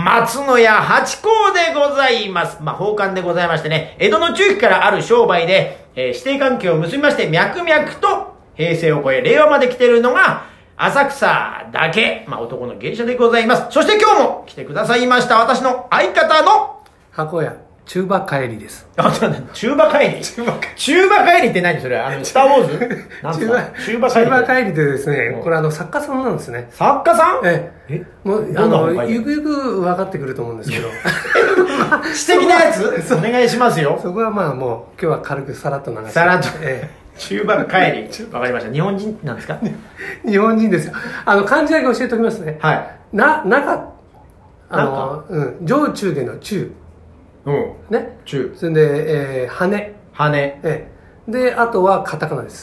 松野屋八甲でございます。宝冠でございましてね、江戸の中期からある商売で、師弟関係を結びまして、脈々と平成を超え、令和まで来ているのが、浅草だけ、男の芸者でございます。そして今日も来てくださいました、私の相方の、 箱屋、中馬帰りです。 中馬帰り中馬帰りって何それスターウォーズなんですか中馬帰りでですね、これ作家さんなんですね。 作家さんもうゆくゆく分かってくると思うんですけど素敵なやつお願いしますよ。 そこはもう今日は軽くさらっと流してさらっと中馬帰り分かりました。日本人なんですか？ 日本人ですよ。漢字だけ教えておきますね。 はい。 中上中下の中ね、 中それで羽で、あとはカタカナです。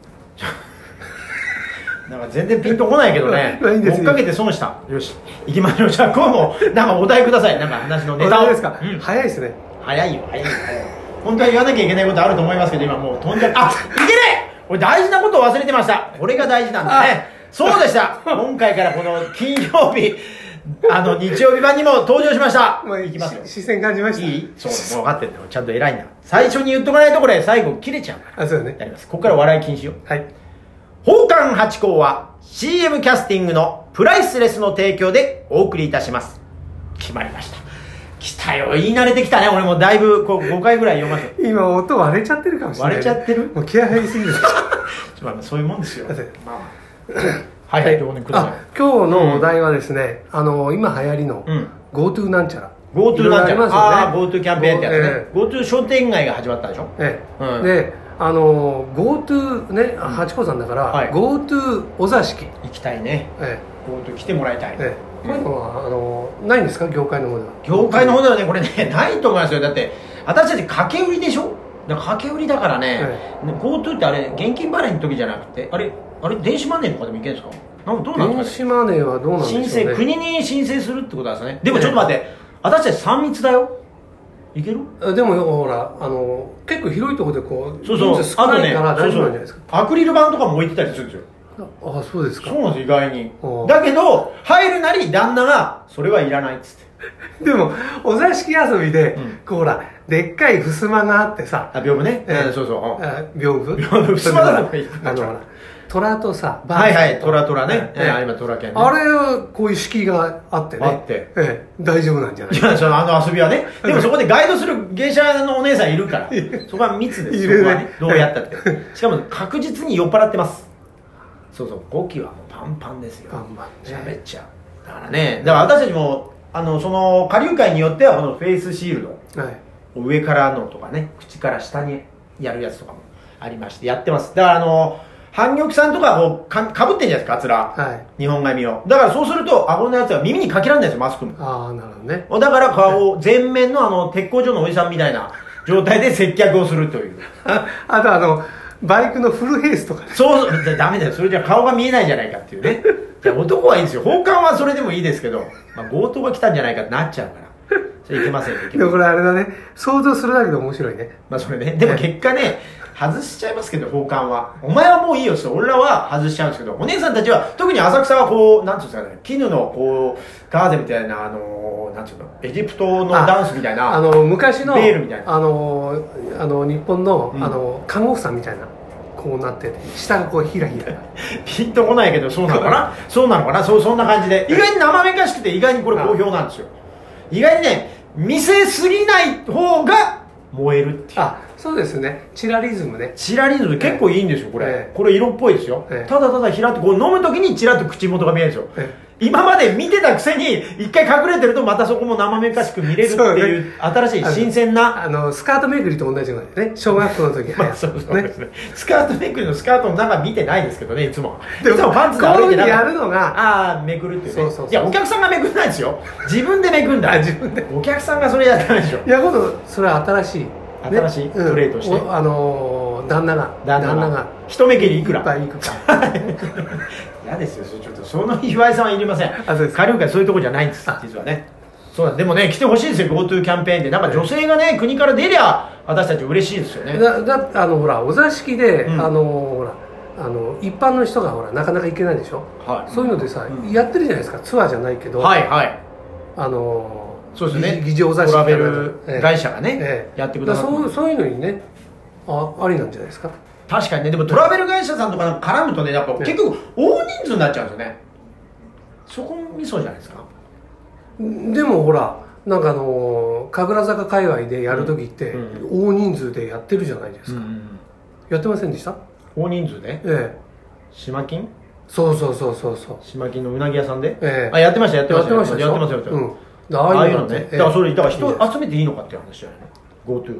なんか全然ピンとこないけどね。 いいです追っかけて損した。よし行きましょう。じゃあ今日もなんかお題ください。なんか話のネタを。 ですか？早いですね。 早いよ本当は言わなきゃいけないことあると思いますけど、今もう飛んじゃった。いけない。俺大事なことを忘れてました。これが大事なんだね。そうでした。今回からこの金曜日日曜日版にも登場しました。いきますよ。 視線感じました。 いい？そう、もう分かってんだよ。ちゃんと偉いんだ。最初に言っとかないとこれ最後切れちゃうから。 そうね。 やります。ここから笑い禁止よ。 はい。 宝冠八甲は CM キャスティングのプライスレスの提供でお送りいたします。決まりました。来たよ。言い慣れてきたね。俺もだいぶ5回ぐらい読ませて。 今音割れちゃってるかもしれない。 割れちゃってる？ もう気合入りすぎる。 そういうもんですよ。 はい、今日のお題はですね、今流行りの GoTo なんちゃら。 GoTo なんちゃら。GoTo あキャンペーンってやつね。GoTo 商店街が始まったでしょ。 で、GoTo ね、八甲さんだから、GoTo お座敷。 行きたいね。GoTo 来てもらいたい。 こういうのは、ないんですか、業界の方では。 業界の方ではね、これね、ないと思いますよ。だって、私たち掛け売りでしょ。掛け売りだからね、GoTo ってあれ、現金払いの時じゃなくて、あれ電子マネーとかでもいけるんですか？どうなんですか？ 電子マネーはどうなんでしょうね。 申請、国に申請するってことですね。でもちょっと待って、私たち3密だよ。いける？ でもほら、結構広いところでこう、 そう少ないから大丈夫なんじゃないですか。 アクリル板とかも置いてたりするんですよ。 あ、そうですか。 そうなんです、意外に。だけど、入るなり旦那が、それはいらないっつって。 でも、お座敷遊びで、ほら、でっかい襖があってさ。 屏風ね。そうそう。 屏風？ 襖だろ、 ほら。虎とさ、 虎ね。今虎犬ね。 あれ、こういう敷居があってね。 あって。 大丈夫なんじゃない？ いや、遊びはね。でもそこでガイドする芸者のお姉さんいるから。そこは密です。そこはね。どうやったって。しかも確実に酔っ払ってます。そう、5期はもうパンパンですよ。 パンパン。 喋っちゃう。だからね、私たちも、その、下流会によっては、このフェイスシールド。上からのとかね、口から下にやるやつとかもありまして、やってます。だから半玉さんとかこうかぶってんじゃないですか、カツラ。日本髪を。だからそうすると、顎のやつは耳にかけられないんですよ、マスクも。 ああ、なるほどね。 だから顔を、前面の鉄工所のおじさんみたいな状態で接客をするという。 あとバイクのフルヘイスとかね。 そう、ダメだよ。それじゃ顔が見えないじゃないかっていうね。いや、男はいいんですよ。宝冠はそれでもいいですけど、強盗が来たんじゃないかってなっちゃうから。それいけませんね。 でもこれあれだね。想像するだけで面白いね。 それね。でも結果ね、外しちゃいますけど、宝冠は。お前はもういいよって、俺らは外しちゃうんですけど、お姉さんたちは、特に浅草はこう、なんていうんですかね、絹のこう、ガーゼみたいな、なんていうの、エジプトのダンスみたいな。 昔の、 ベールみたいな。 日本の、看護婦さんみたいな。こうなってて、下がこうひらひら。 ピンとこないけど、そうなのかなそんな感じで。意外に生めかしくて、意外にこれ好評なんですよ。意外にね、見せすぎない方が燃えるっていう。 そうですね。チラリズムね。 チラリズム結構いいんですよ、これ。これ色っぽいですよ。ただただひらっとこう飲むときにチラッと口元が見えるんですよ。今まで見てたくせに一回隠れてるとまたそこも生めかしく見れるっていう新しい新鮮なスカートめくりと同じようなね、小学校の時そうですね。スカートめくりのスカートの中見てないですけどね、いつもパンツで歩いてなかった。 やるのがめくるっていうね。いや、お客さんがめくんないですよ。自分でめくんだ。 自分で。 お客さんがそれやったんでしょ。 いや、今度それは新しい新しいプレーとして、 旦那が一目切りいくらいっぱいいくか嫌ですよ。ちょっとその岩井さんはいりません。下流会そういうとこじゃないんです、実はね。そうだ。でもね、来てほしいですよ、 GoTo キャンペーンで。なんか女性がね、国から出りゃ私たち嬉しいですよね。 ほらお座敷で、ほら一般の人がほらなかなか行けないでしょ。そういうのでさ、やってるじゃないですか、ツアーじゃないけど。 そうですね、 議場雑誌トラベル会社がね、やってくださってそういうのにね、ありなんじゃないですか。 確かにね。でもトラベル会社さんとか絡むとね、やっぱ結局大人数になっちゃうんですよね。そこミソじゃないですか。 でもほら、なんか神楽坂界隈でやるときって大人数でやってるじゃないですか。やってませんでした？ 大人数で？島金？ そう島金のうなぎ屋さんで？ やってました。ああいうのね。だからそれ人集めていいのかっていう話じゃないの。GoTo。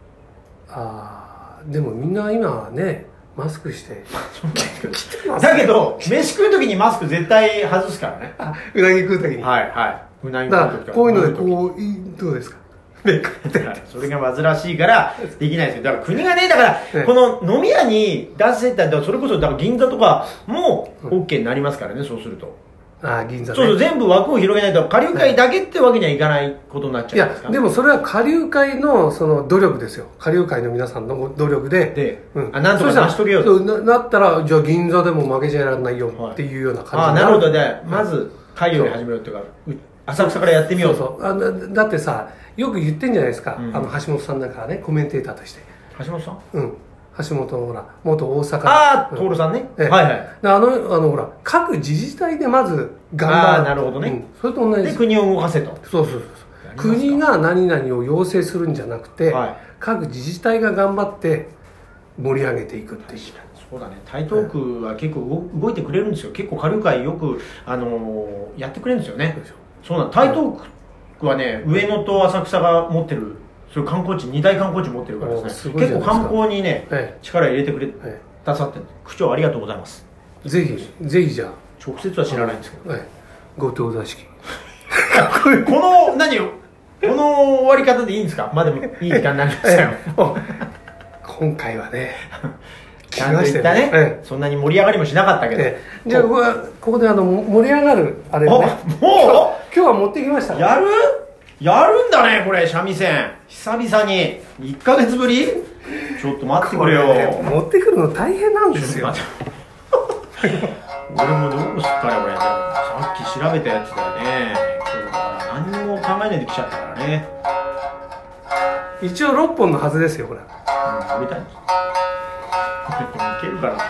でもみんな今ね、マスクしてだけど飯食う時にマスク絶対外すからね。 うなぎ食う時に。 うなぎ食う時とか。こういうのでどうですか。 それが煩わしいからできないですよ。だから国がね、だからこの飲み屋に出せたら、それこそだから銀座とかも OK になりますからね。そうすると銀座ね。 そう全部枠を広げないと下流会だけってわけにはいかないことになっちゃうんですか。 いやでもそれは下流会のその努力ですよ。下流会の皆さんの努力で、 なんとか成し遂げようとなったら、じゃあ銀座でも負けちゃいられないよっていうような感じになる。 なるほど。でまず会議を始めるっていうか、浅草からやってみようと。 だってさ、よく言ってんじゃないですか、橋本さんなんかね、コメンテーターとして。 橋本さん？ 橋本ほら元大阪徹さんね。 ほら各自治体でまず頑張る。 なるほどね。 それと同じで国を動かせと。 そう国が何々を要請するんじゃなくて、各自治体が頑張って盛り上げていくっていう。 そうだね。台東区は結構動いてくれるんですよ。結構下流会よくやってくれるんですよね。そうなん。台東区はね、上野と浅草が持ってる、そういう観光地、2大観光地持ってるからですね。結構観光にね、力入れてくれたさって、区長ありがとうございます。 ぜひじゃあ。 直接は知らないんですけど。 GoTo座敷。 この終わり方でいいんですか。でもいい時間になりましたよ。 今回はね。 ちゃんと言ったね。そんなに盛り上がりもしなかったけど。 じゃあここで盛り上がるあれをね。 もう？ 今日は持ってきました。 やるんだね、これ、三味線。久々に。1ヶ月ぶり？ちょっと待ってくれよ。 持ってくるの大変なんですよ。 俺もどうすっかね、俺。さっき調べたやつだよね。今日だから何も考えないで来ちゃったからね。 一応6本のはずですよ、これ。 売りたいんです。いけるかな。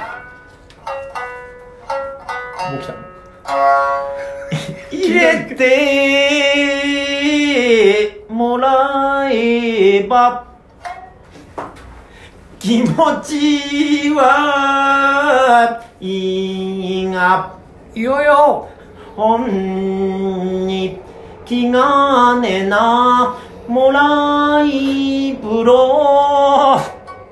もう来たの？入れてもらえば気持ちはいいが、 いよよほんに気兼ねなもらい風呂。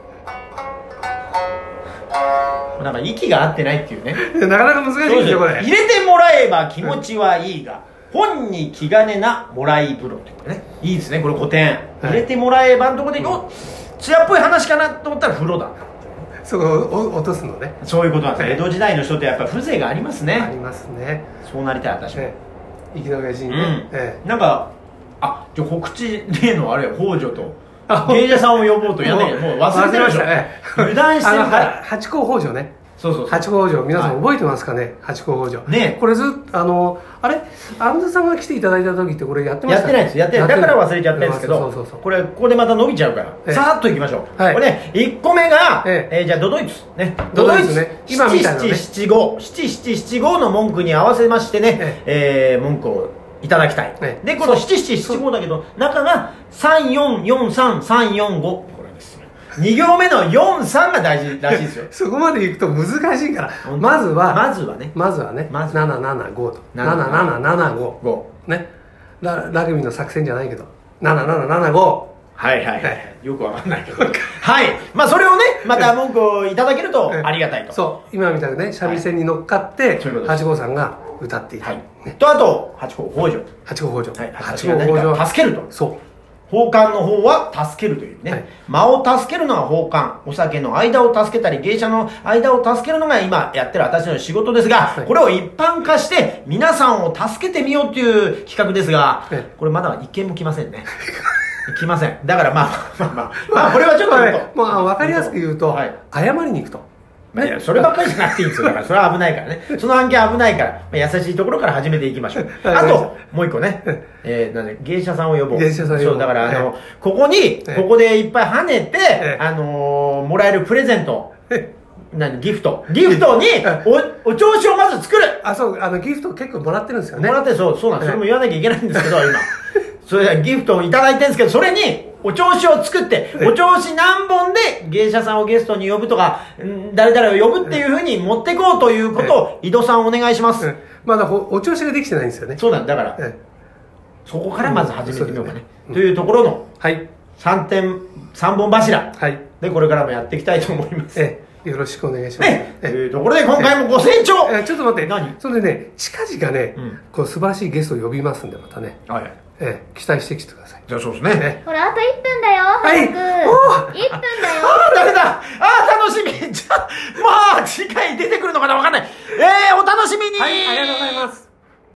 なんか息が合ってないっていうね。 なかなか難しいですよこれ。 入れてもらえば気持ちはいいが、本に気兼ねなもらい風呂ってこれね。いいですね、これ古典。入れてもらえばのとこで、艶っぽい話かなと思ったら風呂だ。 そこを落とすのね。 そういうことなんです。江戸時代の人ってやっぱ風情がありますね。 ありますね。 そうなりたい、私も。 粋な親父にね。 なんかじゃあ告知例のあれ北条と芸者さんを呼ぼうとやんない。もう忘れてましたね。油断してるから。 八甲北条ね。 そう八甲北条、皆さん覚えてますかね。八甲北条ね。これあれアンズさんが来ていただいた時ってこれやってました？ やってない。だから忘れちゃったんですけど、これここでまた伸びちゃうからさーっといきましょう。これね、1個目がじゃあドドイツね。 ドドイツね。 今みたいなね。7775の文句に合わせましてね、文句をいただきたい。でこの7775だけど中が3443345、これですよ。2行目の43が大事らしいですよ。 そこまでいくと難しいから、まずはね775と7775ね。ラグビーの作戦じゃないけど7775。 はいよくわかんないけどはい、まあそれをねまた文句をいただけるとありがたいと。 そう今みたいなね、三味線に乗っかって八甲さんが歌っていたと、あと八甲北条八甲北条助けると。そう奉還の方は助けるというね、間を助けるのは奉還、お酒の間を助けたり芸者の間を助けるのが今やってる私の仕事ですが、これを一般化して皆さんを助けてみようという企画ですが、これまだ一件も来ませんね。来ません。だからまあこれはちょっと分かりやすく言うと、謝りに行くと。 いやそればっかりじゃなくていいんですよ。だからそれは危ないからね。その案件危ないから、優しいところから始めていきましょう。あともう一個ね、なんで芸者さんを呼ぼう。 芸者さんを呼ぼう。 そうだからここでいっぱい跳ねてもらえるプレゼント、ギフトにお調子をまず作る。 そう、ギフト結構もらってるんですよね。 もらってそうなんです。それも言わなきゃいけないんですけど、今それでギフトをいただいてるんですけど、それにお調子を作って、お調子何本で芸者さんをゲストに呼ぶとか、誰々を呼ぶっていうふうに持っていこうということを井戸さんお願いします。 まだお調子ができてないんですよね。 そうなんだから、そこからまず始めてみようかね、というところの3本柱でこれからもやっていきたいと思います。 よろしくお願いします。 というところで今回もご清聴。 ちょっと待って。何？それでね、近々ね、こう素晴らしいゲストを呼びますんで、またね。期待してきてください。 じゃあそうですね。 ほら、あと1分だよ。早く。1分だよ。 ダメだ。楽しみ。じゃあ、次回出てくるのかなわかんない。お楽しみに。 はい、ありがとうございます。